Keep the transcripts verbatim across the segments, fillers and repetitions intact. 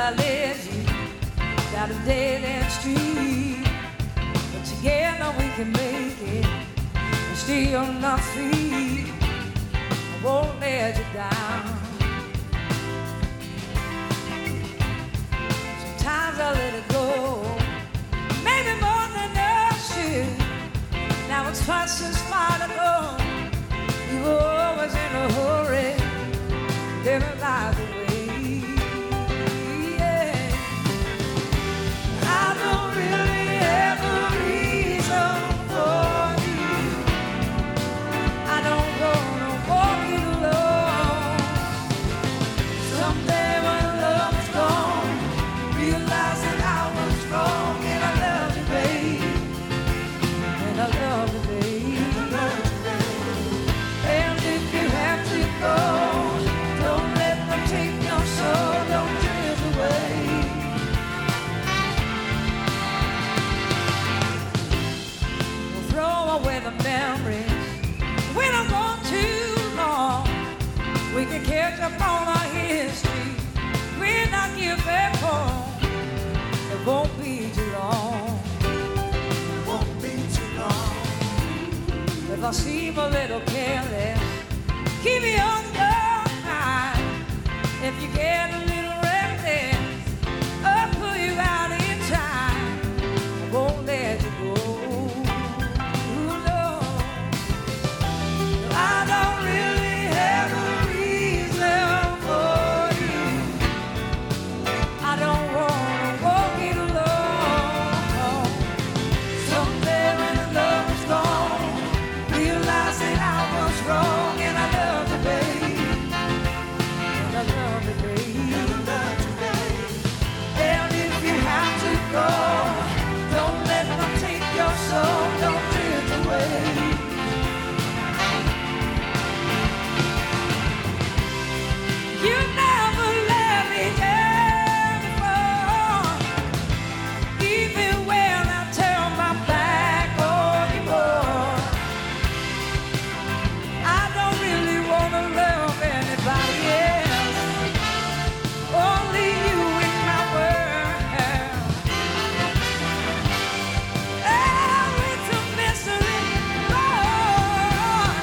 I led you down a dead-end street, but together we can make it, and still not free. I won't let you down. Sometimes I let it go, maybe more than I should. Now it's twice as far to go. You were always in a hurry, living life away. Yeah. I don't really have a reason for you. I don't wanna walk it alone. Someday when love is gone, realize that I was wrong, and I love you, babe. And I love you, babe. And if you have to go, don't let them take your soul, don't drift away. We'll throw away the memories we don't want too long. We can catch up on our history, we're not give back home. It won't be too long. It won't be too long. If I seem a little careless, keep me on your mind. If you get a little reckless, I'll pull you out in time. I won't let you go. No, I don't really have a reason for you. I don't wanna walk it alone. Someday when the love is gone, realize that I was wrong, and I love you, babe. And I love you, babe. And I love you, babe. And if you have to go, don't let them take your soul, don't drift away. You never let me down before, even when I turn my back on you more. I don't really wanna love anybody else, only you in my world. Oh, it's a mystery, boy.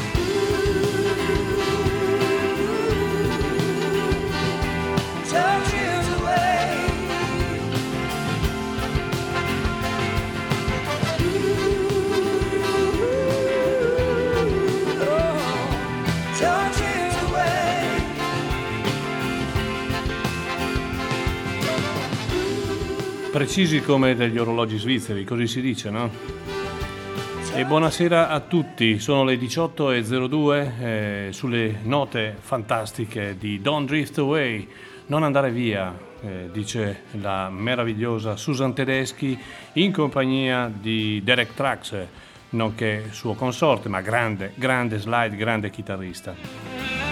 Don't drift away. Oh, don't drift away. Precisi come degli orologi svizzeri, così si dice, no? E buonasera a tutti, sono le diciotto e zero due eh, sulle note fantastiche di Don't Drift Away, non andare via, eh, dice la meravigliosa Susan Tedeschi in compagnia di Derek Trucks, nonché suo consorte, ma grande, grande slide, grande chitarrista.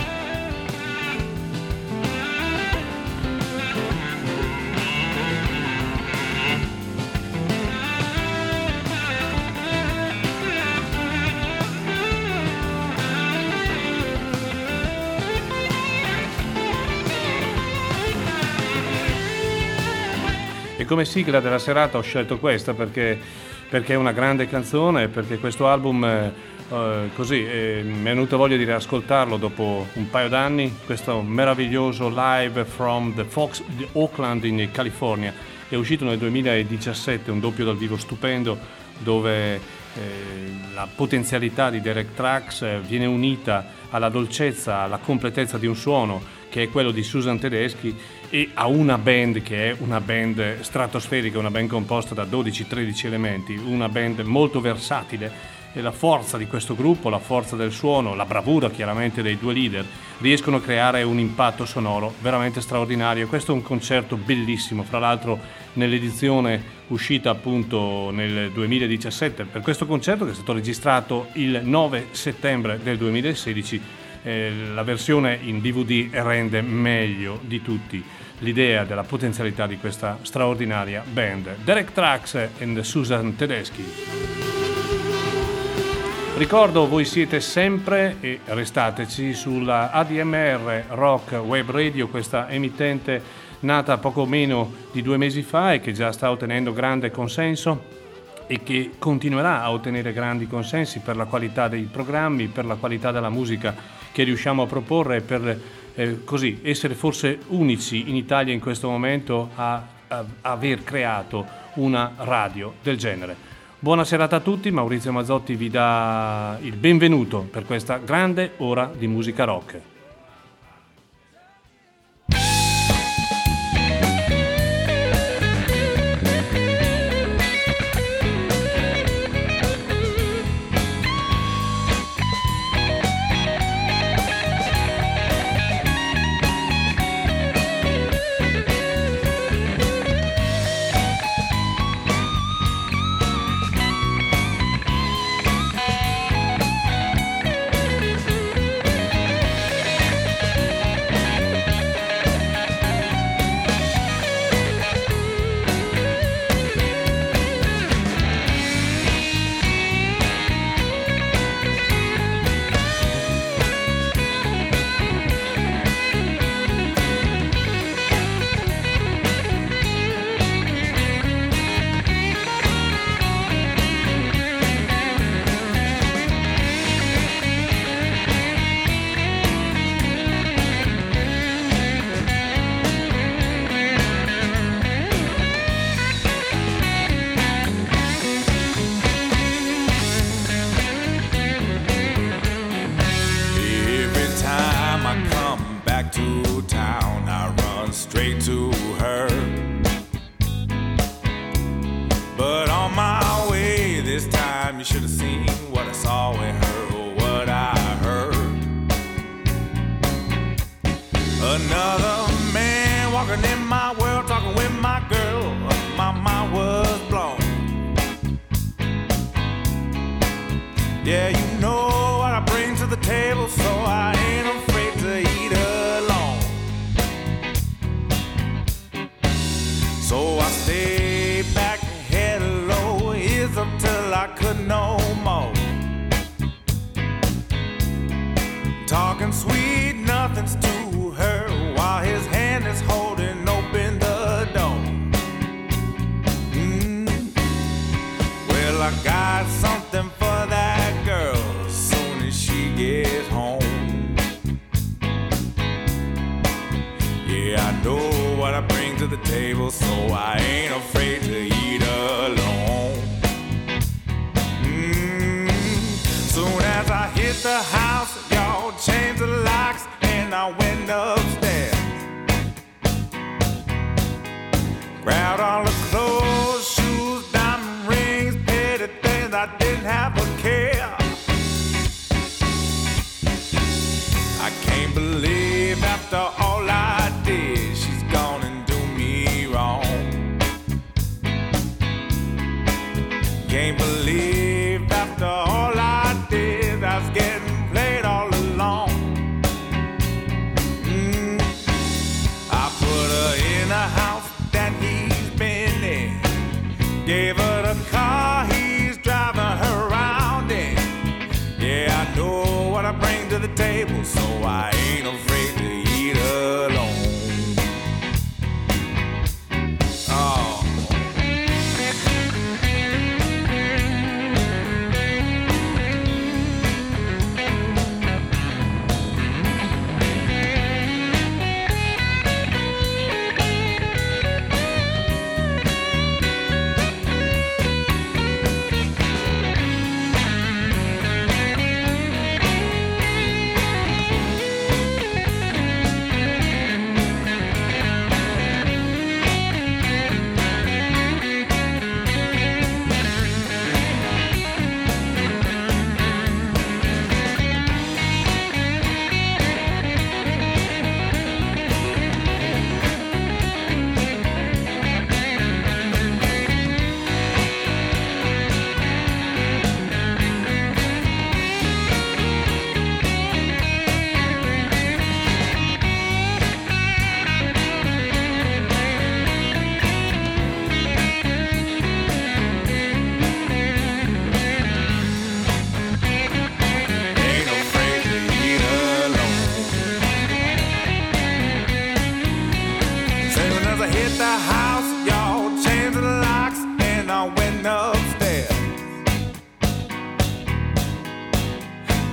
E come sigla della serata ho scelto questa perché, perché è una grande canzone, perché questo album eh, così eh, mi è venuta voglia di riascoltarlo dopo un paio d'anni, questo meraviglioso live from the Fox di Oakland in California. È uscito nel duemiladiciassette, un doppio dal vivo stupendo dove eh, la potenzialità di Derek Trucks viene unita alla dolcezza, alla completezza di un suono che è quello di Susan Tedeschi, e a una band che è una band stratosferica, una band composta da dodici tredici elementi, una band molto versatile, e la forza di questo gruppo, la forza del suono, la bravura chiaramente dei due leader riescono a creare un impatto sonoro veramente straordinario. Questo è un concerto bellissimo, fra l'altro nell'edizione uscita appunto nel duemiladiciassette. Per questo concerto, che è stato registrato il nove settembre del duemilasedici, eh, la versione in D V D rende meglio di tutti l'idea della potenzialità di questa straordinaria band. Derek Trucks e Susan Tedeschi. Ricordo, voi siete sempre e restateci sulla A D M R Rock Web Radio, questa emittente nata poco meno di due mesi fa e che già sta ottenendo grande consenso e che continuerà a ottenere grandi consensi per la qualità dei programmi, per la qualità della musica che riusciamo a proporre, per eh, così essere forse unici in Italia in questo momento a, a, a aver creato una radio del genere. Buona serata a tutti, Maurizio Mazzotti vi dà il benvenuto per questa grande ora di musica rock. Mm.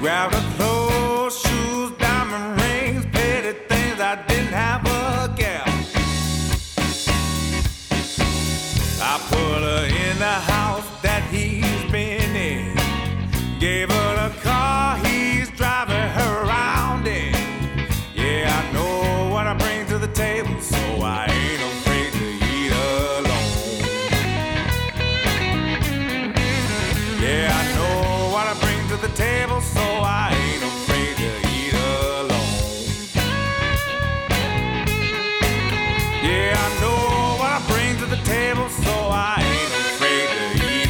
Grabbed her clothes, shoes, diamond rings, petty things I didn't have a gal. I put her in the house that he's been in, gave her the car he's driving her around in. Yeah, I know what I bring to the table, so I ain't afraid to eat alone. Yeah, I know what I bring to the table, so I ain't afraid to eat alone. Yeah, I know what I bring to the table, so I ain't afraid to eat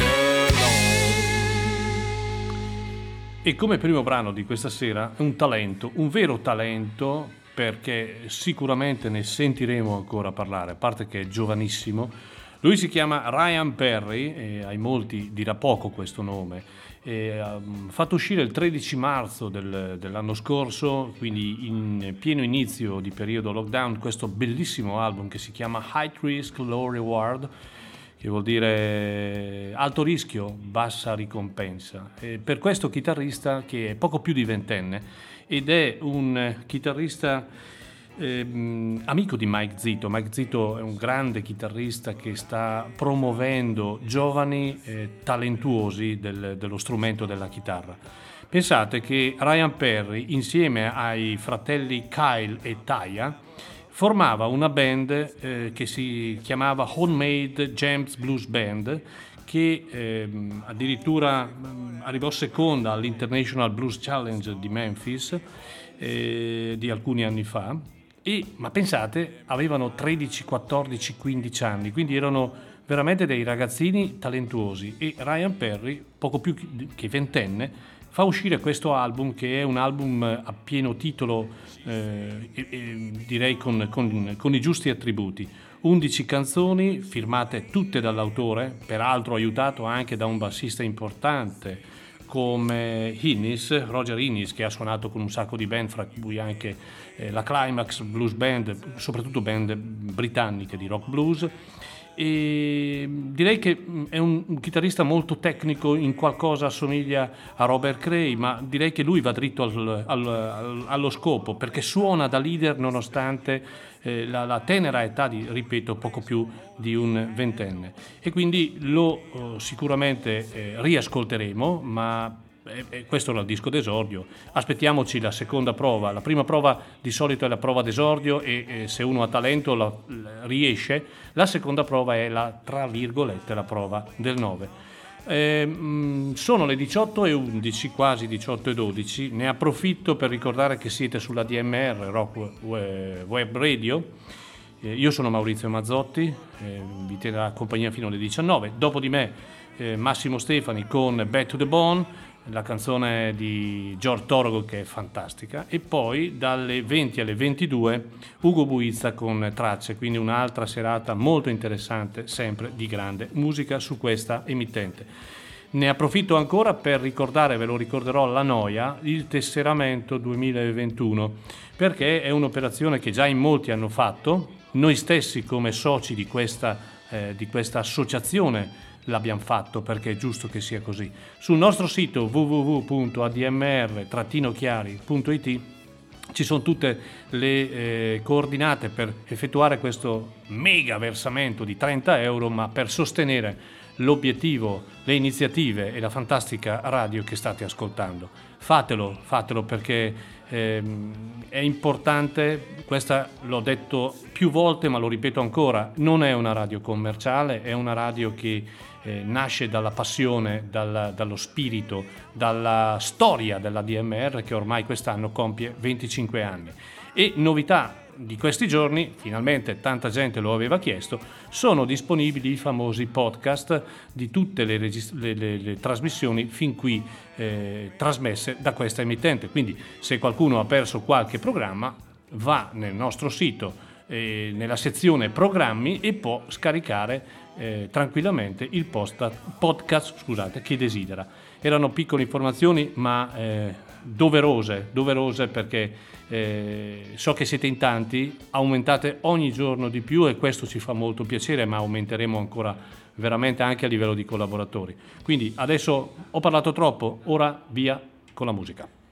alone. E come primo brano di questa sera un talento, un vero talento, perché sicuramente ne sentiremo ancora parlare, a parte che è giovanissimo. Lui si chiama Ryan Perry, e ai molti dirà poco questo nome. E ha fatto uscire il tredici marzo del, dell'anno scorso, quindi in pieno inizio di periodo lockdown, questo bellissimo album che si chiama High Risk Low Reward, che vuol dire alto rischio, bassa ricompensa. E per questo chitarrista, che è poco più di ventenne ed è un chitarrista eh, amico di Mike Zito. Mike Zito è un grande chitarrista che sta promuovendo giovani eh, talentuosi del, dello strumento della chitarra. Pensate che Ryan Perry, insieme ai fratelli Kyle e Taya, formava una band eh, che si chiamava Homemade Jams Blues Band, che eh, addirittura mh, arrivò seconda all'International Blues Challenge di Memphis eh, di alcuni anni fa. E, ma pensate, avevano tredici, quattordici, quindici anni, quindi erano veramente dei ragazzini talentuosi. E Ryan Perry, poco più che ventenne, fa uscire questo album, che è un album a pieno titolo, eh, e, e, direi con, con, con i giusti attributi. undici canzoni firmate tutte dall'autore, peraltro aiutato anche da un bassista importante come Innis, Roger Innis, che ha suonato con un sacco di band, fra cui anche eh, la Climax Blues Band, soprattutto band britanniche di rock blues. E direi che è un, un chitarrista molto tecnico, in qualcosa assomiglia a Robert Cray, ma direi che lui va dritto al, al, al, allo scopo, perché suona da leader nonostante eh, la, la tenera età di, ripeto, poco più di un ventenne. E quindi lo oh, sicuramente eh, riascolteremo, ma E questo era il disco d'esordio. Aspettiamoci la seconda prova. La prima prova di solito è la prova d'esordio e, e se uno ha talento la, la riesce. La seconda prova è la, tra virgolette, la prova del nove. Eh, mh, sono le diciotto e undici, quasi diciotto e dodici. Ne approfitto per ricordare che siete sulla D M R Rock Web Radio. Eh, io sono Maurizio Mazzotti, eh, vi terrà compagnia fino alle diciannove. Dopo di me eh, Massimo Stefani con Back to the Bone, la canzone di George Thorogood, che è fantastica, e poi dalle venti alle ventidue Ugo Buizza con Tracce, quindi un'altra serata molto interessante, sempre di grande musica su questa emittente. Ne approfitto ancora per ricordare, ve lo ricorderò alla noia, il tesseramento duemilaventuno, perché è un'operazione che già in molti hanno fatto. Noi stessi come soci di questa, eh, di questa associazione l'abbiamo fatto, perché è giusto che sia così. Sul nostro sito w w w punto a d m r chiari punto i t ci sono tutte le eh, coordinate per effettuare questo mega versamento di trenta euro, ma per sostenere l'obiettivo, le iniziative e la fantastica radio che state ascoltando. Fatelo, fatelo perché ehm, è importante. Questa l'ho detto più volte, ma lo ripeto ancora, non è una radio commerciale, è una radio che eh, nasce dalla passione, dalla, dallo spirito, dalla storia della D M R, che ormai quest'anno compie venticinque anni. E novità di questi giorni, finalmente tanta gente lo aveva chiesto, sono disponibili i famosi podcast di tutte le, regist- le, le, le trasmissioni fin qui eh, trasmesse da questa emittente. Quindi se qualcuno ha perso qualche programma, va nel nostro sito, eh, nella sezione programmi, e può scaricare eh, tranquillamente il post- podcast scusate, che desidera. Erano piccole informazioni, ma eh, doverose, doverose perché eh, so che siete in tanti, aumentate ogni giorno di più e questo ci fa molto piacere, ma aumenteremo ancora veramente anche a livello di collaboratori. Quindi adesso ho parlato troppo, ora via con la musica.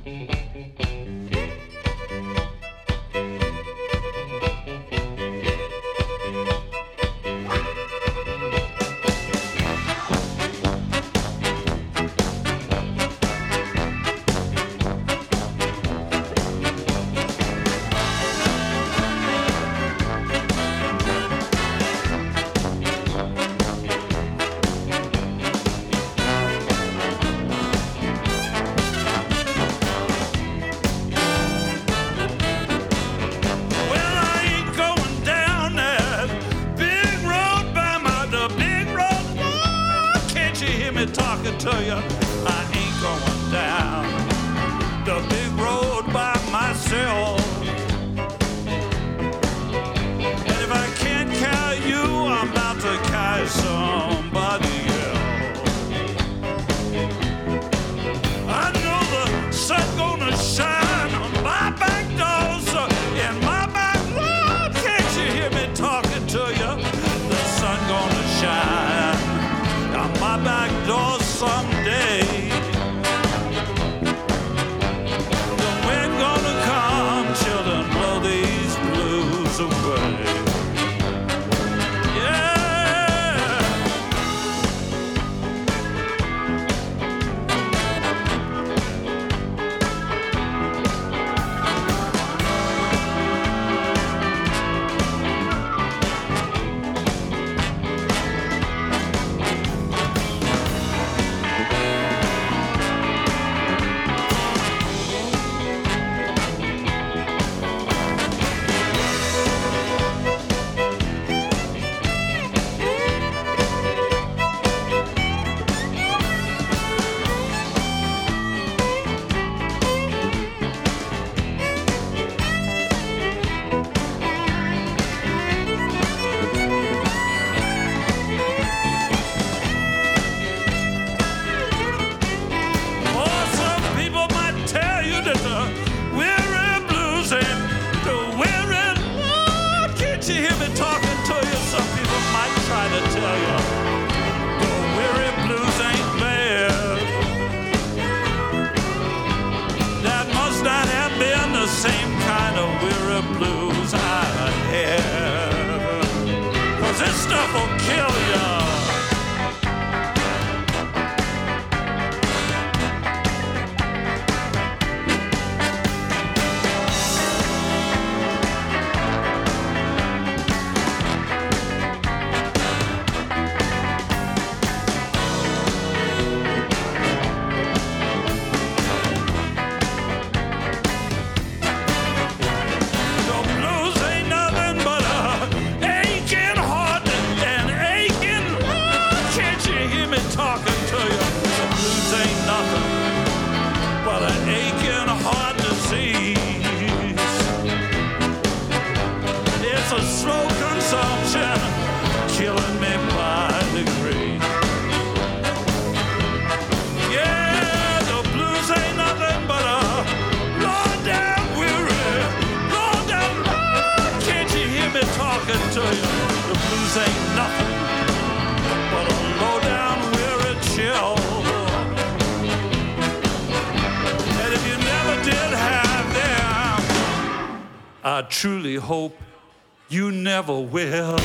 I truly hope you never will.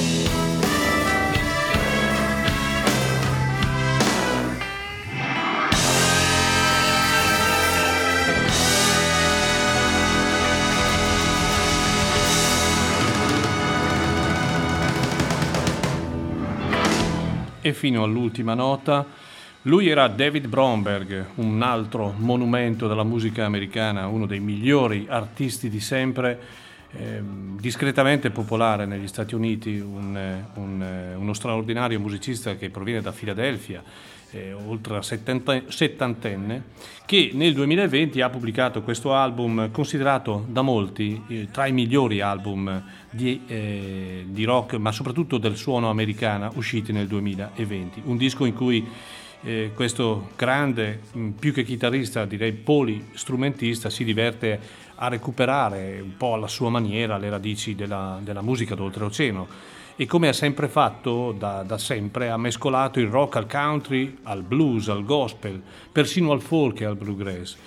E fino all'ultima nota, lui era David Bromberg, un altro monumento della musica americana, uno dei migliori artisti di sempre, eh, discretamente popolare negli Stati Uniti, un, un, uno straordinario musicista che proviene da Filadelfia, eh, oltre settantenne, che nel duemilaventi ha pubblicato questo album considerato da molti eh, tra i migliori album di, eh, di rock, ma soprattutto del suono americana, usciti nel duemilaventi. Un disco in cui eh, questo grande, più che chitarrista, direi polistrumentista, si diverte a recuperare un po' alla sua maniera le radici della, della musica d'oltreoceano. E come ha sempre fatto da, da sempre, ha mescolato il rock al country, al blues, al gospel, persino al folk e al bluegrass.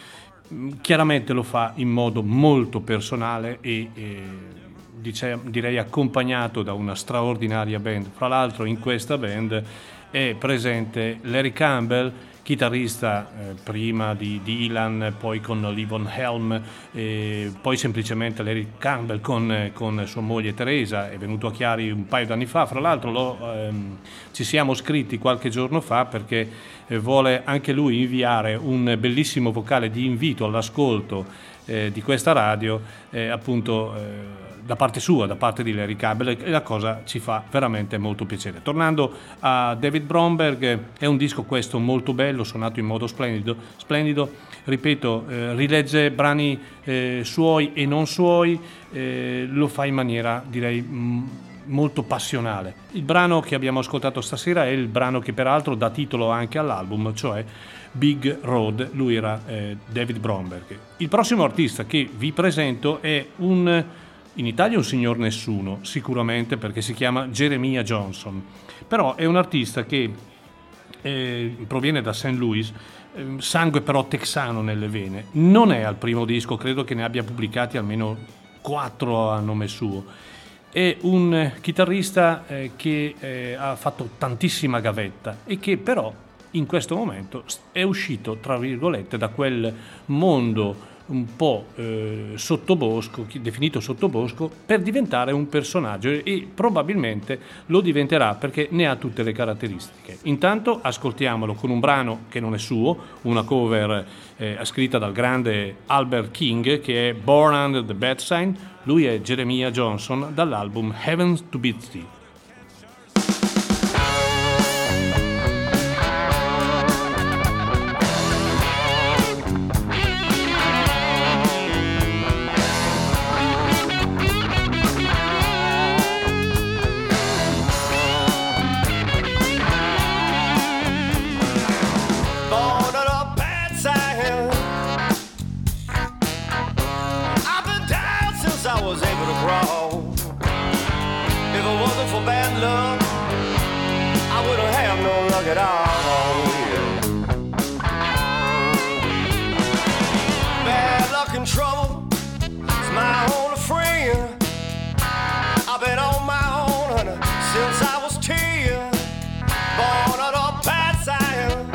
chiaramente lo fa in modo molto personale e, e dice, direi accompagnato da una straordinaria band. Fra l'altro in questa band è presente Larry Campbell, chitarrista eh, prima di Dylan, poi con Levon Helm, eh, poi semplicemente Larry Campbell con, eh, con sua moglie Teresa, è venuto a Chiari un paio d'anni fa. Fra l'altro lo, ehm, ci siamo scritti qualche giorno fa perché eh, vuole anche lui inviare un bellissimo vocale di invito all'ascolto eh, di questa radio, eh, appunto eh, da parte sua, da parte di Larry Campbell, e la cosa ci fa veramente molto piacere. Tornando a David Bromberg, è un disco questo molto bello, suonato in modo splendido, splendido. Ripeto, eh, rilegge brani eh, suoi e non suoi, eh, lo fa in maniera, direi, mh, molto passionale. Il brano che abbiamo ascoltato stasera è il brano che peraltro dà titolo anche all'album, cioè Big Road. Lui era eh, David Bromberg. Il prossimo artista che vi presento è un... in Italia un signor nessuno, sicuramente, perché si chiama Jeremiah Johnson, però è un artista che eh, proviene da Saint Louis, eh, sangue però texano nelle vene. Non è al primo disco, credo che ne abbia pubblicati almeno quattro a nome suo. È un eh, chitarrista eh, che eh, ha fatto tantissima gavetta e che però in questo momento è uscito, tra virgolette, da quel mondo un po' eh, sottobosco, definito sottobosco, per diventare un personaggio, e probabilmente lo diventerà perché ne ha tutte le caratteristiche. Intanto ascoltiamolo con un brano che non è suo, una cover eh, scritta dal grande Albert King, che è Born Under the Bad Sign. Lui è Jeremiah Johnson dall'album Heavens to Be Still. At all. Bad luck and trouble is my only friend. I've been on my own, honey, since I was ten. Born at a bad sign.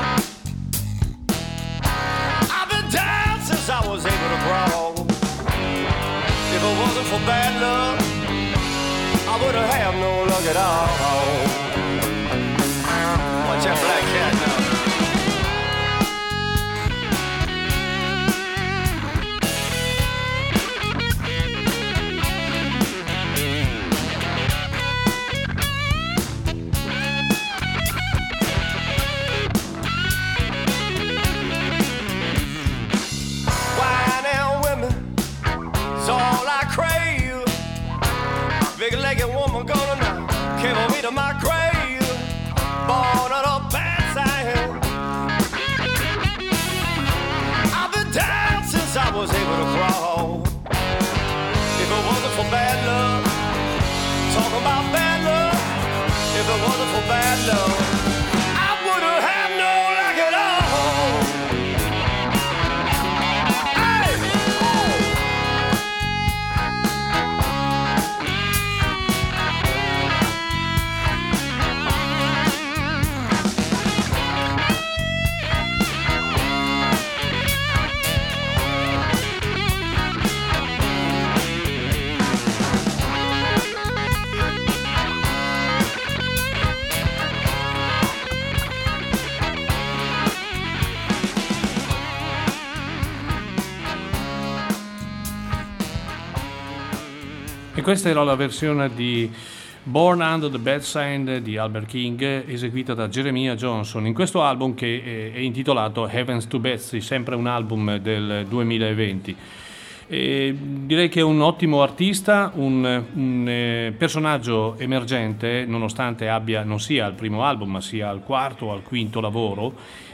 I've been down since I was able to crawl. If it wasn't for bad luck, I wouldn't have no luck at all. Watch that black cat now. Wine and women is all I crave. Big-legged woman gonna now carry me to my grave. Born on a bad sign. I've been down since I was able to crawl. If it wasn't for bad luck, talking about bad luck. If it wasn't for bad luck, I wouldn't have no luck at all. Hey! E questa era la versione di Born Under the Bad Sign di Albert King, eseguita da Jeremiah Johnson in questo album che è intitolato Heavens to Betsy, sempre un album del duemilaventi. E direi che è un ottimo artista, un, un eh, personaggio emergente, nonostante abbia non sia al primo album ma sia al quarto o al quinto lavoro,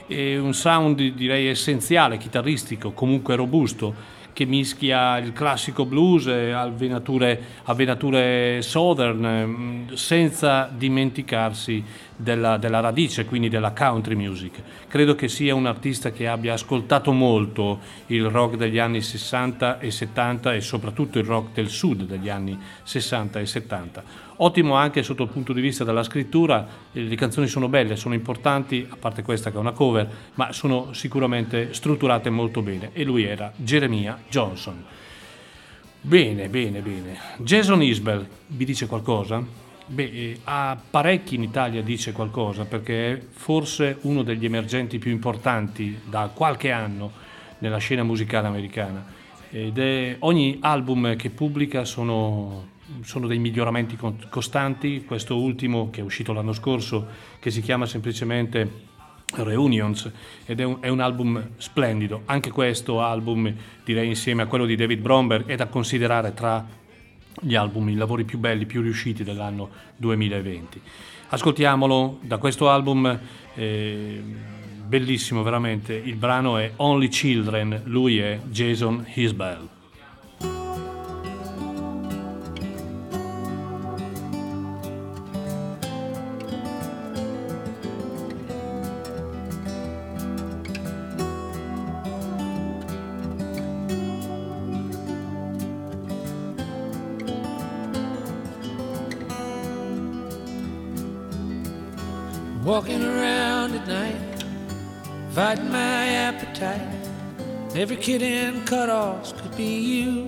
è un sound direi essenziale, chitarristico, comunque robusto, che mischia il classico blues a venature, a venature southern, senza dimenticarsi della, della radice, quindi della country music. Credo che sia un artista che abbia ascoltato molto il rock degli anni sessanta e settanta e soprattutto il rock del sud degli anni sessanta e settanta. Ottimo anche sotto il punto di vista della scrittura, le canzoni sono belle, sono importanti, a parte questa che è una cover, ma sono sicuramente strutturate molto bene, e lui era Jeremiah Johnson. Bene, bene, bene. Jason Isbell vi dice qualcosa? Beh, a parecchi in Italia dice qualcosa, perché è forse uno degli emergenti più importanti da qualche anno nella scena musicale americana, ed è, ogni album che pubblica sono... sono dei miglioramenti costanti. Questo ultimo, che è uscito l'anno scorso, che si chiama semplicemente Reunions, ed è un, è un album splendido. Anche questo album, direi, insieme a quello di David Bromberg, è da considerare tra gli album, i lavori più belli, più riusciti dell'anno duemilaventi. Ascoltiamolo da questo album, eh, bellissimo veramente. Il brano è Only Children, lui è Jason Isbell. Walking around at night, fighting my appetite. Every kid in cutoffs could be you.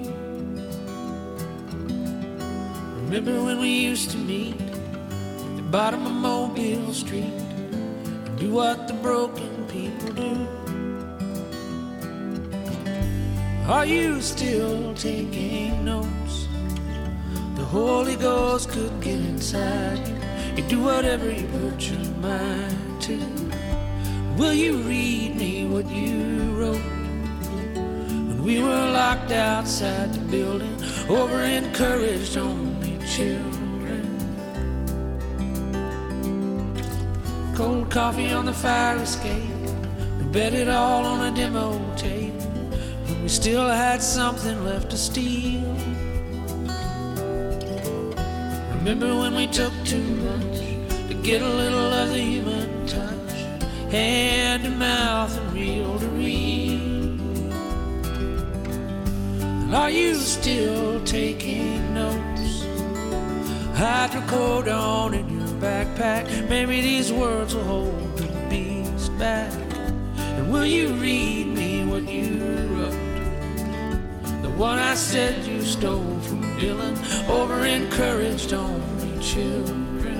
Remember when we used to meet at the bottom of Mobile Street and do what the broken people do? Are you still taking notes? The Holy Ghost could get inside you. You do whatever you put your mind to. Will you read me what you wrote when we were locked outside the building, over encouraged only children? Cold coffee on the fire escape, we bet it all on a demo tape, when we still had something left to steal. Remember when we took too much to get a little of the human touch, hand to mouth and reel to reel? And are you still taking notes? Hydrocodone in your backpack, maybe these words will hold the beast back. And will you read me what you wrote? The one I said you stole from Dylan, over encouraged only children.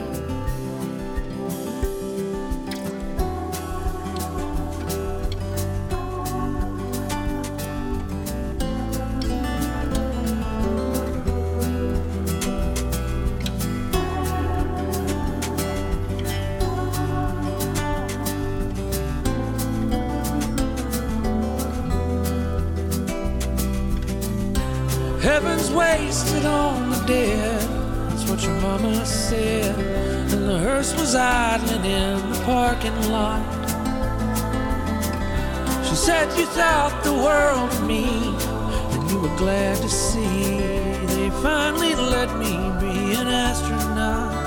Heaven's wasted on the dead, that's what your mama said. And the hearse was idling in the parking lot. She said you thought the world of me, and you were glad to see they finally let me be an astronaut.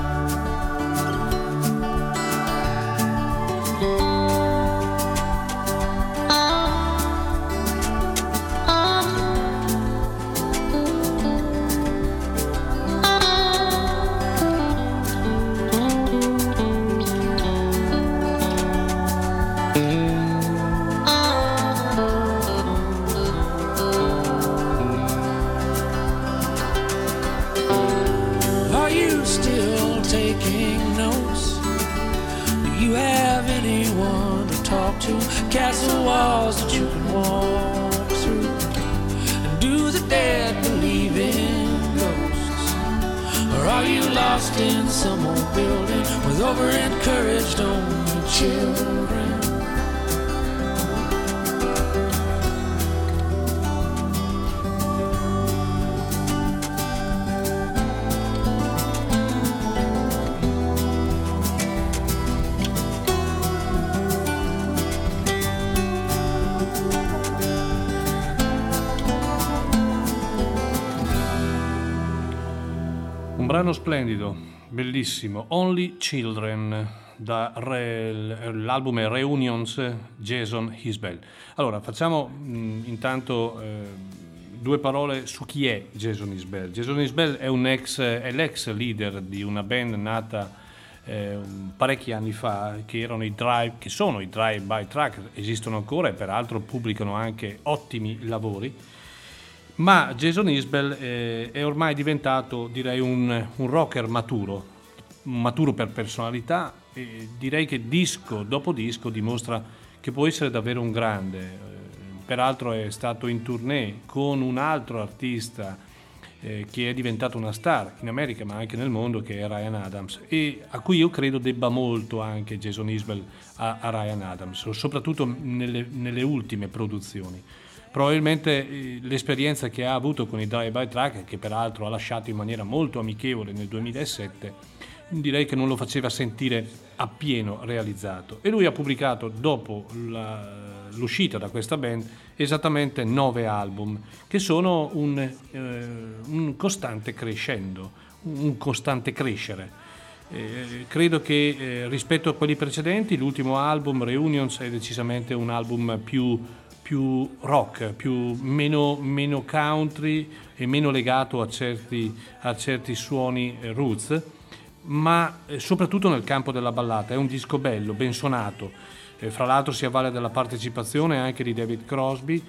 Castle walls that you can walk through, and do the dead believe in ghosts? Or are you lost in some old building with over-encouraged only children? brano splendido, bellissimo, Only Children, dall'album Reunions, Jason Isbell. Allora, facciamo mh, intanto eh, due parole su chi è Jason Isbell. Jason Isbell è, un ex, è l'ex leader di una band nata eh, parecchi anni fa, che, erano i drive, che sono i Drive By Truck, esistono ancora e peraltro pubblicano anche ottimi lavori. Ma Jason Isbell eh, è ormai diventato, direi, un, un rocker maturo, maturo per personalità, e direi che disco dopo disco dimostra che può essere davvero un grande. Eh, peraltro è stato in tournée con un altro artista eh, che è diventato una star in America ma anche nel mondo, che è Ryan Adams, e a cui io credo debba molto anche Jason Isbell a, a Ryan Adams, soprattutto nelle, nelle ultime produzioni. Probabilmente l'esperienza che ha avuto con i Drive By Truck, che peraltro ha lasciato in maniera molto amichevole nel duemilasette, direi che non lo faceva sentire appieno realizzato, e lui ha pubblicato dopo la, l'uscita da questa band esattamente nove album che sono un, eh, un costante crescendo, un costante crescere. Eh, credo che eh, rispetto a quelli precedenti l'ultimo album Reunions è decisamente un album più più rock, più, meno, meno country e meno legato a certi, a certi suoni roots, ma soprattutto nel campo della ballata. È un disco bello, ben suonato, eh, fra l'altro si avvale della partecipazione anche di David Crosby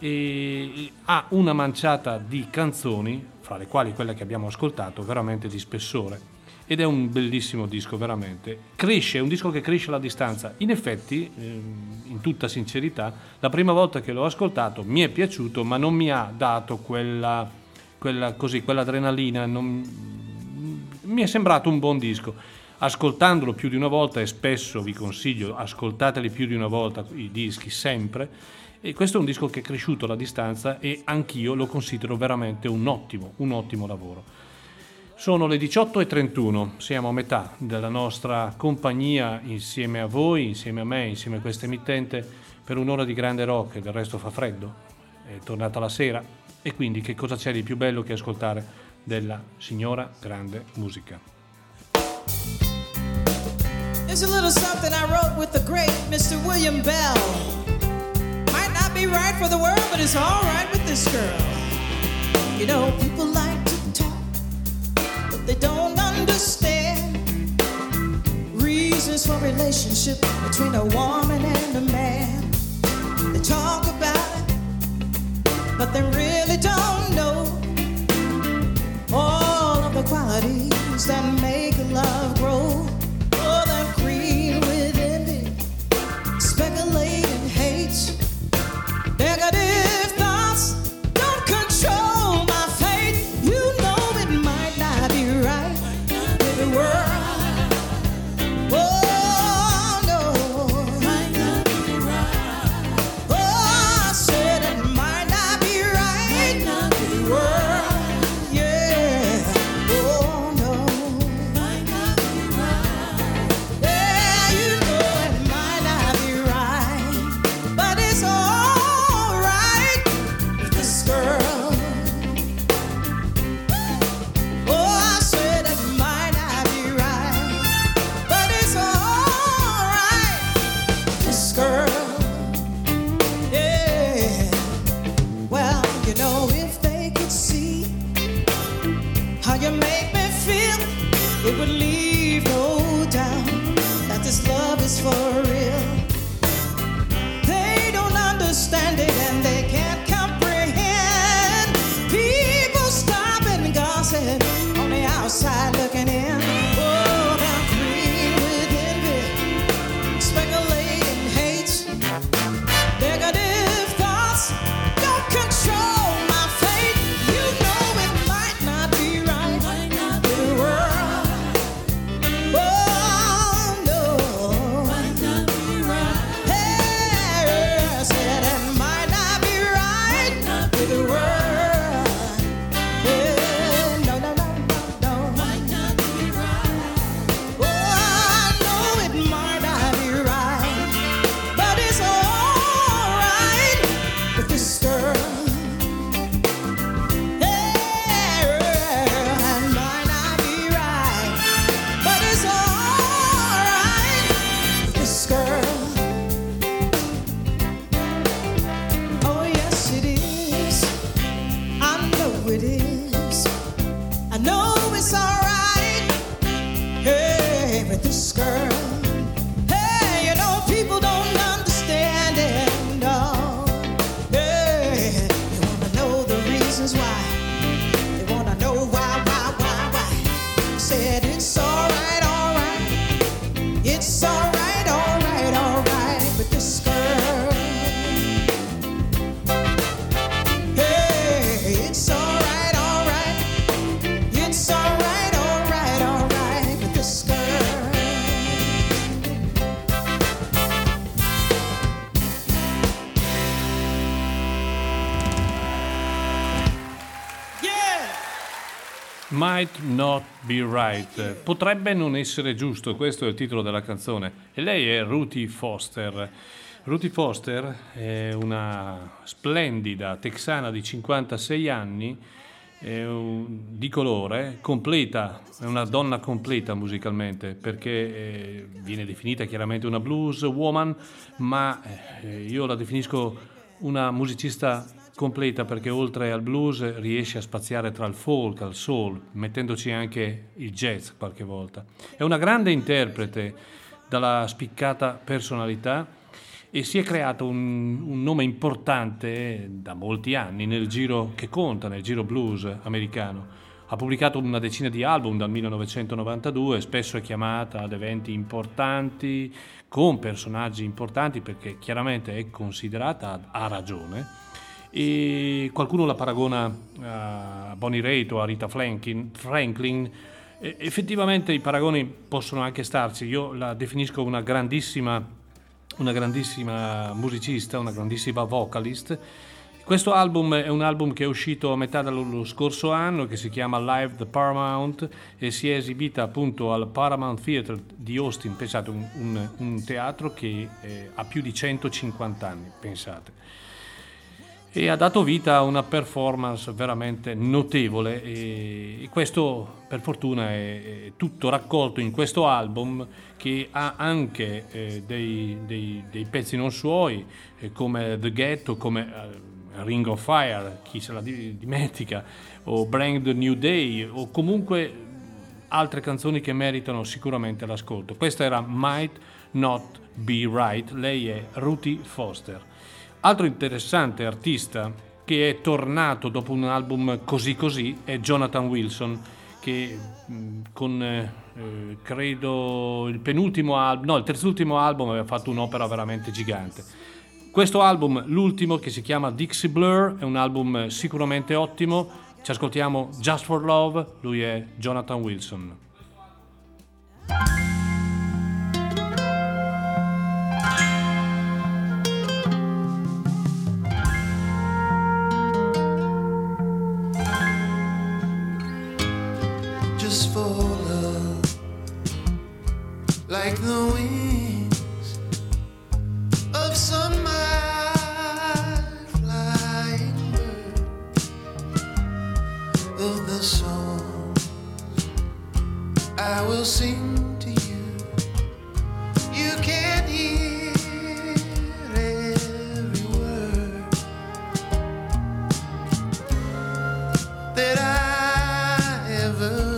e ha una manciata di canzoni, fra le quali quella che abbiamo ascoltato, veramente di spessore. Ed è un bellissimo disco, veramente. Cresce, è un disco che cresce alla distanza. In effetti, in tutta sincerità, la prima volta che l'ho ascoltato mi è piaciuto, ma non mi ha dato quella, quella così, quell'adrenalina. Non, mi è sembrato un buon disco. Ascoltandolo più di una volta, e spesso vi consiglio, ascoltateli più di una volta i dischi, sempre. E questo è un disco che è cresciuto alla distanza e anch'io lo considero veramente un ottimo, un ottimo lavoro. Sono le diciotto e trentuno, siamo a metà della nostra compagnia insieme a voi, insieme a me, insieme a questa emittente, per un'ora di grande rock. E del resto fa freddo, è tornata la sera, e quindi che cosa c'è di più bello che ascoltare della signora grande musica. There's a little something I wrote with the great mister William Bell. Might not be right for the world, but it's all right with this girl. You know, people like they don't understand reasons for relationship between a woman and a man. They talk about it, but they really don't know all of the qualities that make love grow. Oh, that green within it, speculating hate, negative thoughts don't control my fate. You know it might not be right in the world. Oh no, might not be right. Oh, I said it might not be right in the world. Yeah. Oh no. Might Not Be Right, potrebbe non essere giusto, questo è il titolo della canzone, e lei è Ruthie Foster. Ruthie Foster è una splendida texana di cinquantasei anni, è un, di colore, completa, è una donna completa musicalmente, perché eh, viene definita chiaramente una blues woman, ma eh, io la definisco una musicista completa perché oltre al blues riesce a spaziare tra il folk, al soul, mettendoci anche il jazz qualche volta. È una grande interprete dalla spiccata personalità e si è creato un, un nome importante da molti anni nel giro che conta, nel giro blues americano. Ha pubblicato una decina di album dal millenovecentonovantadue, spesso è chiamata ad eventi importanti, con personaggi importanti, perché chiaramente è considerata, a ragione, e qualcuno la paragona a Bonnie Raitt o a Rita Franklin. Franklin. E effettivamente i paragoni possono anche starci. Io la definisco una grandissima, una grandissima musicista, una grandissima vocalist. Questo album è un album che è uscito a metà dello scorso anno, che si chiama Live the Paramount e si è esibita appunto al Paramount Theatre di Austin. Pensate, un, un, un teatro che eh, ha più di centocinquanta anni, pensate. E ha dato vita a una performance veramente notevole, e questo per fortuna è, è tutto raccolto in questo album, che ha anche eh, dei, dei, dei pezzi non suoi eh, come The Ghetto, come uh, Ring of Fire, chi se la dimentica, o Brand New Day, o comunque altre canzoni che meritano sicuramente l'ascolto. Questa era Might Not Be Right, lei è Ruthie Foster. Altro interessante artista che è tornato dopo un album così così è Jonathan Wilson, che mh, con eh, credo il penultimo album, no il terzultimo album aveva fatto un'opera veramente gigante. Questo album, l'ultimo, che si chiama Dixie Blur, è un album sicuramente ottimo. Ci ascoltiamo Just for Love, lui è Jonathan Wilson. Just for love, like the wings of some high flying bird, of the songs I will sing to you. You can't hear every word that I ever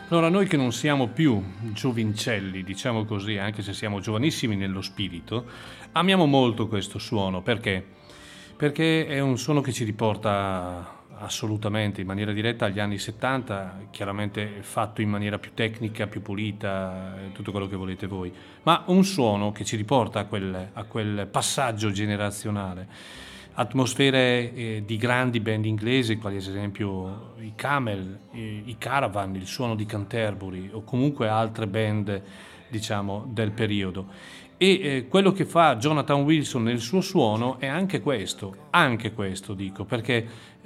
Allora, noi che non siamo più giovincelli, diciamo così, anche se siamo giovanissimi nello spirito, amiamo molto questo suono. Perché? Perché è un suono che ci riporta assolutamente in maniera diretta agli anni settanta, chiaramente fatto in maniera più tecnica, più pulita, tutto quello che volete voi, ma un suono che ci riporta a quel, a quel passaggio generazionale. Atmosfere eh, di grandi band inglesi, quali ad esempio i Camel, i, i Caravan, il suono di Canterbury o comunque altre band, diciamo, del periodo. E eh, quello che fa Jonathan Wilson nel suo suono è anche questo, anche questo dico, perché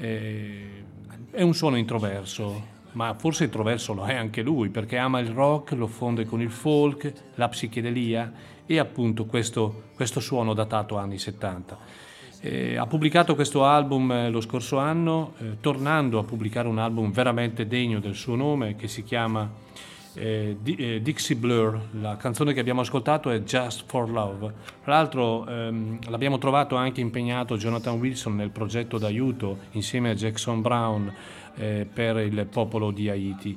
eh, è un suono introverso, ma forse introverso lo è anche lui, perché ama il rock, lo fonde con il folk, la psichedelia e appunto questo, questo suono datato anni settanta. Eh, ha pubblicato questo album eh, lo scorso anno, eh, tornando a pubblicare un album veramente degno del suo nome, che si chiama eh, Di- eh, Dixie Blur. La canzone che abbiamo ascoltato è Just for Love. Tra l'altro ehm, l'abbiamo trovato anche impegnato Jonathan Wilson nel progetto d'aiuto insieme a Jackson Brown eh, per il popolo di Haiti.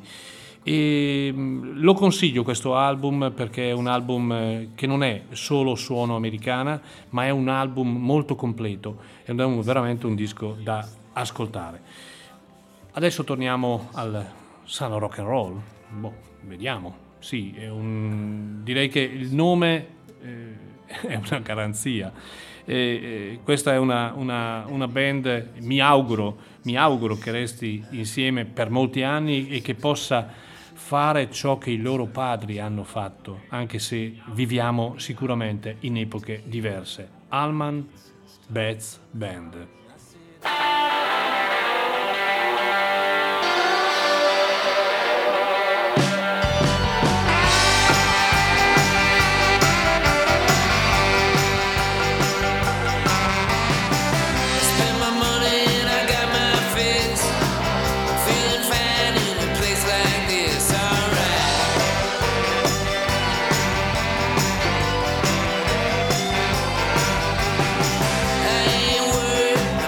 E lo consiglio questo album perché è un album che non è solo suono americana, ma è un album molto completo, è un, veramente un disco da ascoltare. Adesso torniamo al sano rock and roll. Boh, vediamo. Sì, è un, direi che il nome eh, è una garanzia. E, e, questa è una, una, una band, mi auguro, mi auguro che resti insieme per molti anni e che possa fare ciò che i loro padri hanno fatto, anche se viviamo sicuramente in epoche diverse. Allman Betts Band. I ain't worried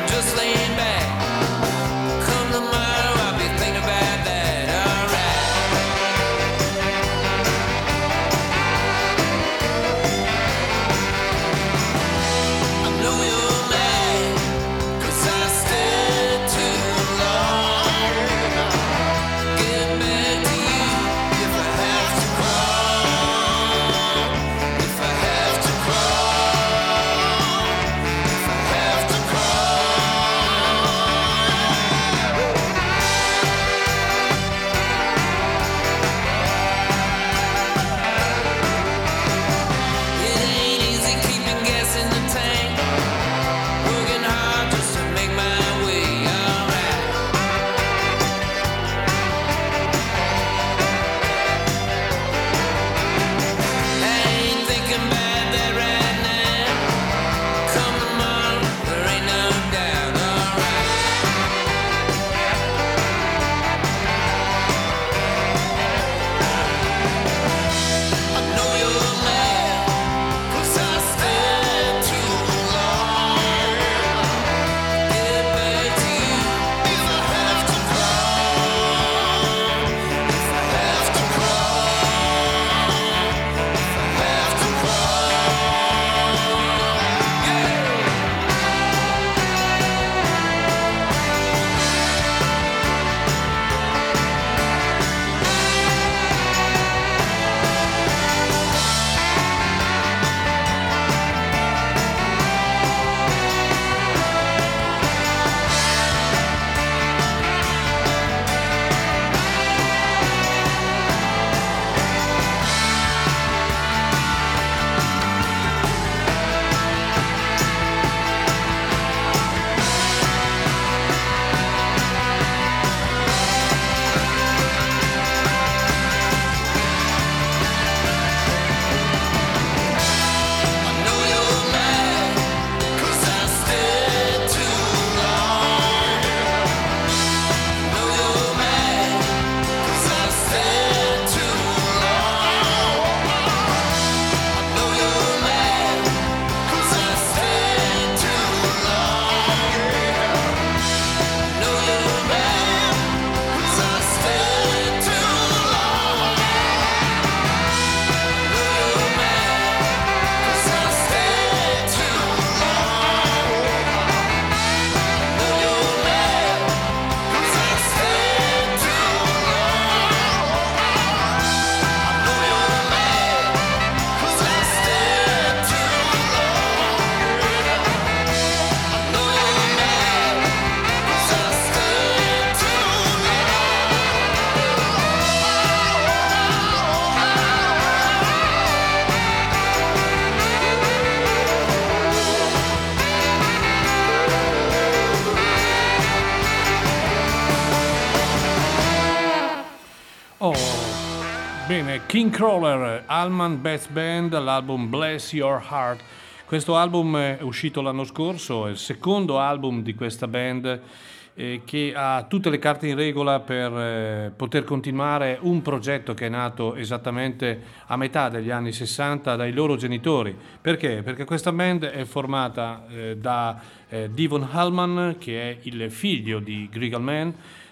Bene, King Crawler, Allman Best Band, l'album Bless Your Heart. Questo album è uscito l'anno scorso, è il secondo album di questa band eh, che ha tutte le carte in regola per eh, poter continuare un progetto che è nato esattamente a metà degli anni sessanta dai loro genitori. Perché? Perché questa band è formata eh, da eh, Devon Allman, che è il figlio di Greg Allman,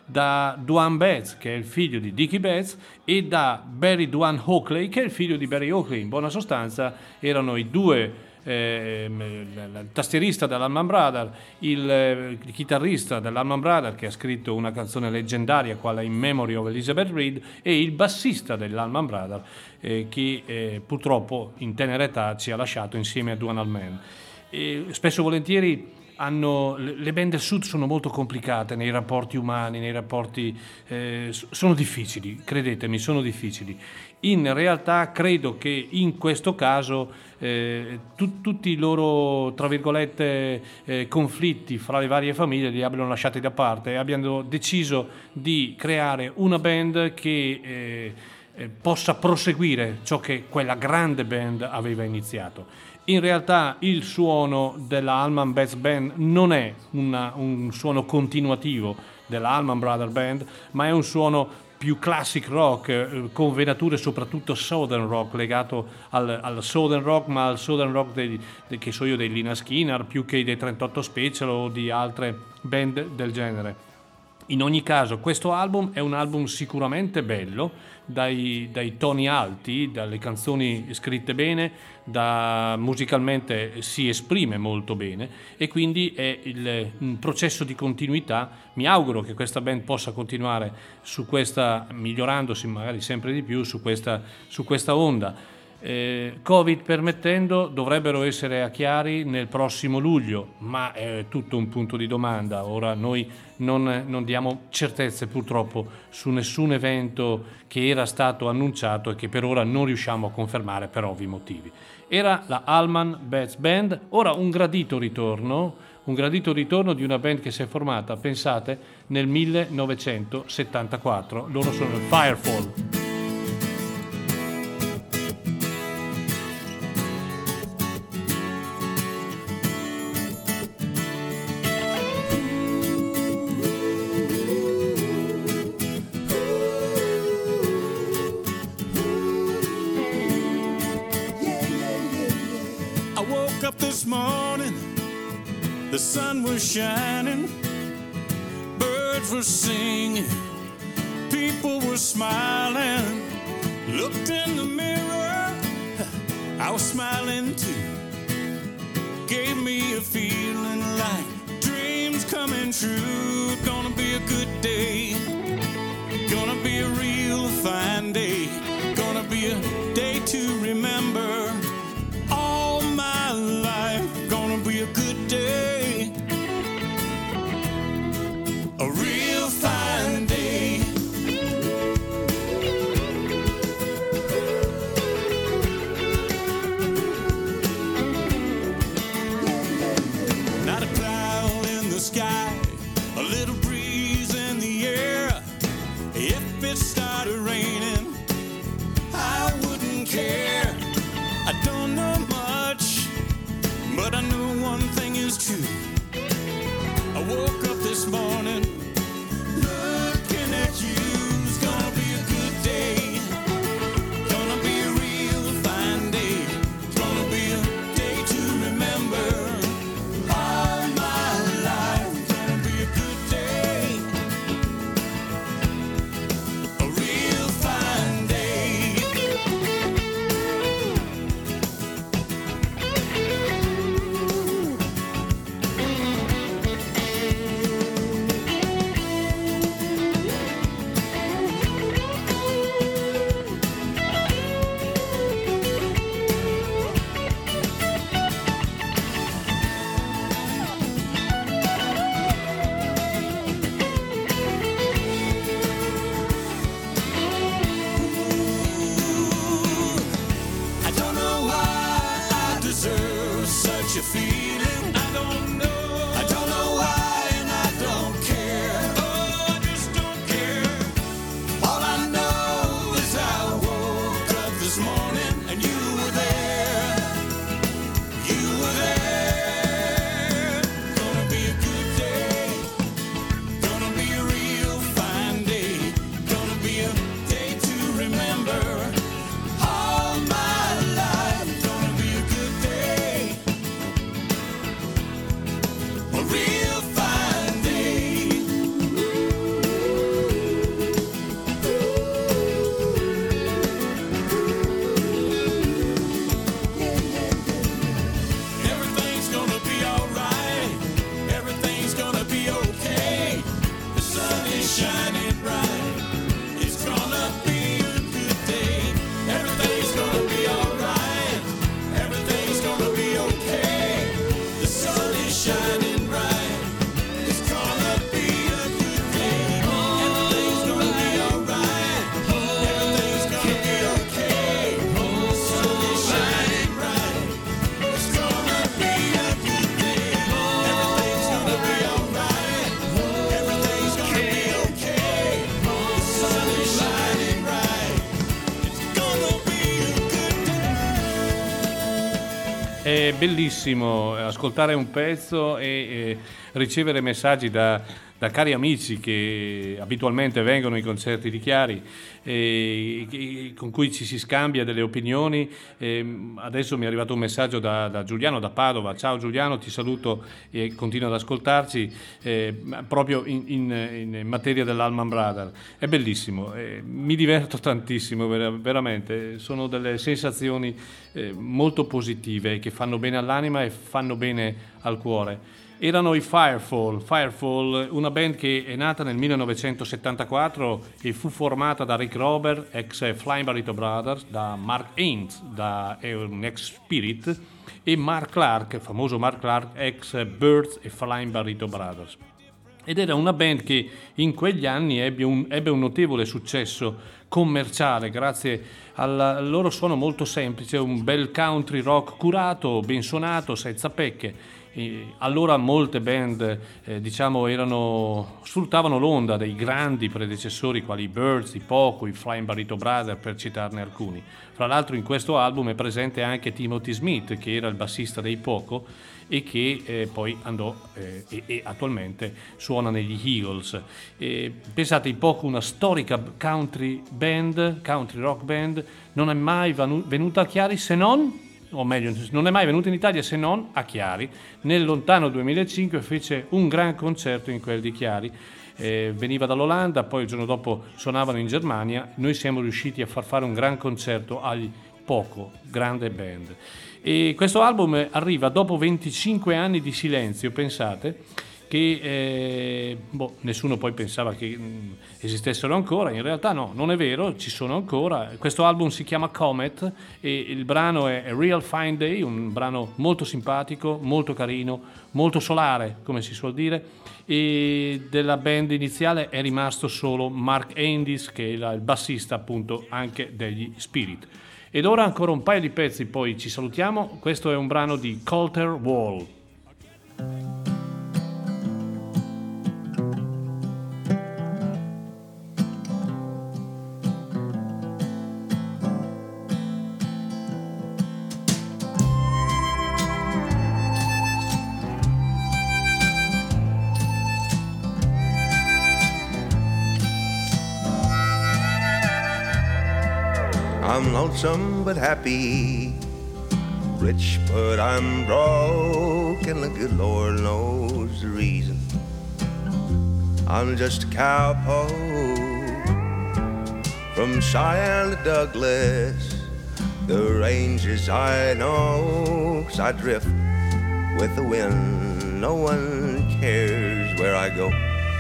da Duane Betts, che è il figlio di Dickie Betts, e da Barry Duane Oakley, che è il figlio di Barry Oakley. In buona sostanza erano i due, eh, il tastierista dell'Allman Brothers, il, eh, il chitarrista dell'Allman Brothers, che ha scritto una canzone leggendaria quale In Memory of Elizabeth Reed, e il bassista dell'Allman Brothers, eh, che eh, purtroppo in tenera età ci ha lasciato insieme a Duane Allman. E spesso e volentieri hanno, le band del sud sono molto complicate nei rapporti umani, nei rapporti eh, sono difficili, credetemi, sono difficili. In realtà credo che in questo caso eh, tu, tutti i loro, tra virgolette, eh, conflitti fra le varie famiglie li abbiano lasciati da parte e abbiano deciso di creare una band che eh, eh, possa proseguire ciò che quella grande band aveva iniziato. In realtà il suono della Allman Best Band non è una, un suono continuativo della Allman Brothers Band, ma è un suono più classic rock, eh, con venature soprattutto southern rock, legato al, al southern rock, ma al southern rock dei, dei, che so io, dei Lynyrd Skynyrd, più che dei trentotto Special o di altre band del genere. In ogni caso, questo album è un album sicuramente bello, dai, dai toni alti, dalle canzoni scritte bene, da, musicalmente si esprime molto bene e quindi è il, un processo di continuità. Mi auguro che questa band possa continuare su questa, migliorandosi magari sempre di più su questa, su questa onda. Eh, Covid permettendo, dovrebbero essere a Chiari nel prossimo luglio, ma è tutto un punto di domanda. Ora noi non, non diamo certezze purtroppo su nessun evento che era stato annunciato e che per ora non riusciamo a confermare per ovvi motivi. Era la Allman Best Band. Ora un gradito ritorno, un gradito ritorno di una band che si è formata, pensate, nel millenovecentosettantaquattro. Loro sono il Firefall. The sun was shining, birds were singing, people were smiling. Looked in the mirror, I was smiling too. Gave me a feeling like dreams coming true. Gonna be a good day, gonna be a real fine day, gonna be a day to remember all my life. Gonna be a good day, a real fine day. Not a cloud in the sky, a little breeze in the air. shining bright. It's gonna be a good day. Everything's gonna be alright. Everything's gonna be okay. The sun is shining bright. It's gonna be a good day. Everything's gonna be alright. Everything's gonna be okay. The sun is shining bright. It's gonna be a good day. Everything's gonna be alright. Everything's gonna be okay. The sun is shining bright. It's gonna be a good day. È bellissimo ascoltare un pezzo e, e ricevere messaggi da, da cari amici che abitualmente vengono ai concerti di Chiari e, e con cui ci si scambia delle opinioni. E adesso mi è arrivato un messaggio da, da Giuliano da Padova. Ciao Giuliano, ti saluto e continuo ad ascoltarci eh, proprio in, in, in materia dell'Allman Brothers. È bellissimo, eh, mi diverto tantissimo, ver- veramente. Sono delle sensazioni eh, molto positive che fanno bene all'anima e fanno bene al cuore. Erano i Firefall, Firefall, una band che è nata nel millenovecentosettantaquattro e fu formata da Rick Robert, ex Flying Burrito Brothers, da Mark Haynes, da è un ex Spirit, e Mark Clark, famoso Mark Clark, ex Birds e Flying Burrito Brothers. Ed era una band che in quegli anni ebbe un, ebbe un notevole successo commerciale grazie al loro suono molto semplice, un bel country rock curato, ben suonato, senza pecche. E allora molte band eh, diciamo erano sfruttavano l'onda dei grandi predecessori quali i Birds, i Poco, i Flying Burrito Brothers, per citarne alcuni. Fra l'altro in questo album è presente anche Timothy Smith, che era il bassista dei Poco e che eh, poi andò eh, e, e attualmente suona negli Eagles. E pensate, i Poco, una storica country band, country rock band, non è mai venuta a Chiari se non o meglio, non è mai venuto in Italia se non a Chiari. Nel lontano duemilacinque fece un gran concerto in quel di Chiari, eh, veniva dall'Olanda, poi il giorno dopo suonavano in Germania. Noi siamo riusciti a far fare un gran concerto agli Poco, grande band. E questo album arriva dopo venticinque anni di silenzio, pensate, che eh, boh, nessuno poi pensava che mh, esistessero ancora. In realtà no, non è vero, ci sono ancora. Questo album si chiama Comet e il brano è A Real Fine Day, un brano molto simpatico, molto carino, molto solare, come si suol dire, e della band iniziale è rimasto solo Mark Haynes, che era il bassista appunto anche degli Spirit. Ed ora ancora un paio di pezzi, poi ci salutiamo. Questo è un brano di Colter Wall. I'm lonesome but happy, rich but I'm broke, and the good Lord knows the reason. I'm just a cowpoke from Cheyenne to Douglas, the ranges I know, 'cause I drift with the wind, no one cares where I go.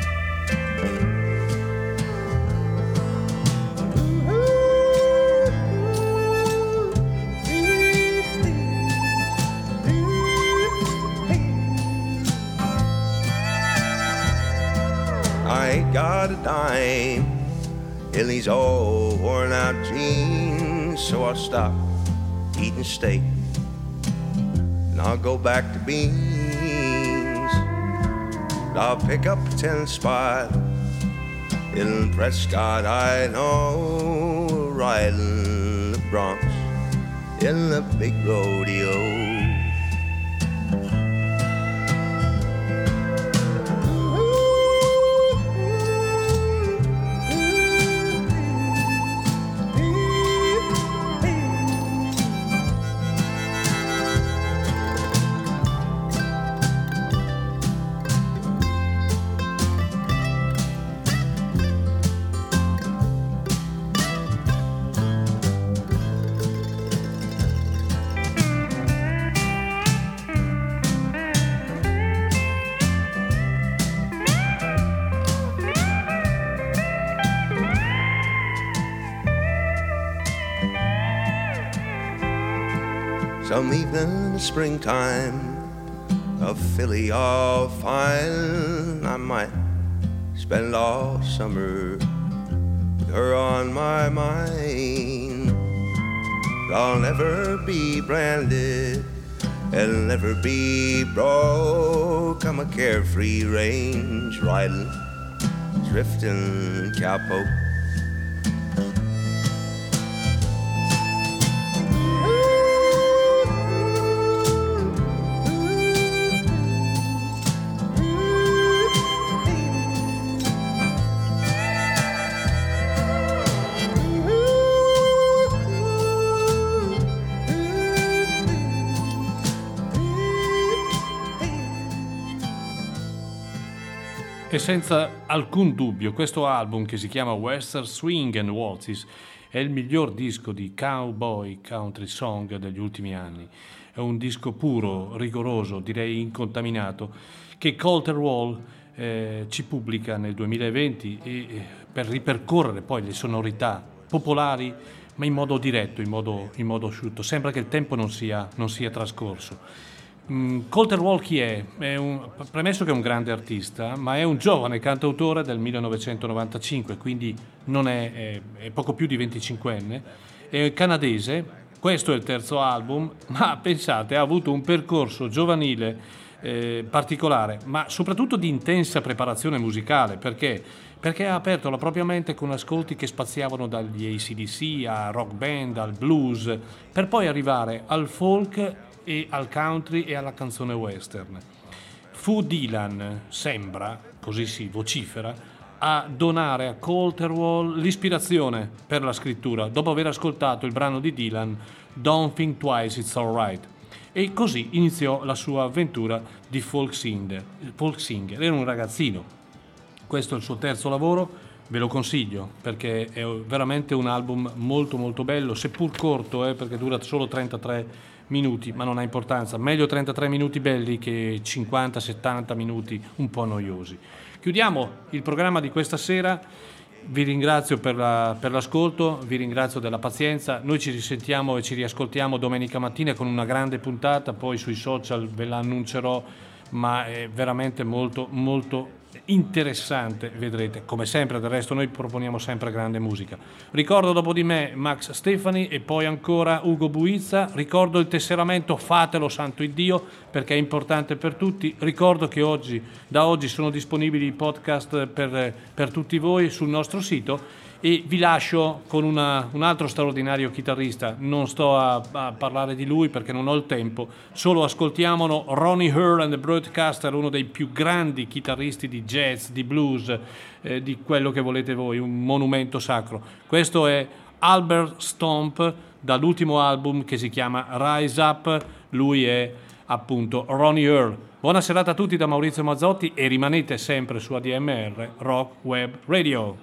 I ain't got a dime in these old worn out jeans, so I'll stop eating steak and I'll go back to beans. I'll pick up a ten spot in Prescott, I know, riding the broncs in the big rodeo. Some evening in the springtime, a filly all fine, I might spend all summer with her on my mind. But I'll never be branded, I'll never be broke. I'm a carefree range riding, drifting cowpoke. E senza alcun dubbio questo album, che si chiama Western Swing and Waltzes, è il miglior disco di cowboy country song degli ultimi anni. È un disco puro, rigoroso, direi incontaminato, che Colter Wall eh, ci pubblica nel duemilaventi e, eh, per ripercorrere poi le sonorità popolari, ma in modo diretto, in modo, in modo asciutto. Sembra che il tempo non sia, non sia trascorso. Mm, Colter Wall chi è? È un, premesso che è un grande artista, ma è un giovane cantautore del millenovecentonovantacinque, quindi non è, è, è poco più di venticinquenne, è canadese. Questo è il terzo album, ma pensate, ha avuto un percorso giovanile eh, particolare, ma soprattutto di intensa preparazione musicale. Perché? Perché ha aperto la propria mente con ascolti che spaziavano dagli A C D C a rock band, al blues, per poi arrivare al folk e al country e alla canzone western. Fu Dylan, sembra, così si vocifera, a donare a Colter Wall l'ispirazione per la scrittura dopo aver ascoltato il brano di Dylan Don't Think Twice, It's Alright, e così iniziò la sua avventura di folk singer. folk singer. Era un ragazzino. Questo è il suo terzo lavoro, ve lo consiglio perché è veramente un album molto molto bello, seppur corto, eh, perché dura solo trentatré minuti, ma non ha importanza, meglio trentatré minuti belli che cinquanta settanta minuti un po' noiosi. Chiudiamo il programma di questa sera, vi ringrazio per, la, per l'ascolto, vi ringrazio della pazienza, noi ci risentiamo e ci riascoltiamo domenica mattina con una grande puntata, poi sui social ve la annuncerò, ma è veramente molto molto interessante, vedrete. Come sempre, del resto noi proponiamo sempre grande musica. Ricordo dopo di me Max Stefani e poi ancora Ugo Buizza. Ricordo il tesseramento, fatelo santo Iddio, perché è importante per tutti. Ricordo che oggi, da oggi sono disponibili i podcast per, per tutti voi sul nostro sito. E vi lascio con una, un altro straordinario chitarrista. Non sto a, a parlare di lui perché non ho il tempo, solo ascoltiamolo. Ronnie Earl and the Broadcaster, uno dei più grandi chitarristi di jazz, di blues, eh, di quello che volete voi, un monumento sacro. Questo è Albert Stomp dall'ultimo album che si chiama Rise Up. Lui è appunto Ronnie Earl. Buona serata a tutti da Maurizio Mazzotti e rimanete sempre su A D M R Rock Web Radio.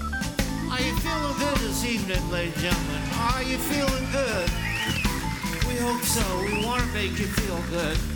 Ladies and gentlemen, are you feeling good? We hope so. We want to make you feel good.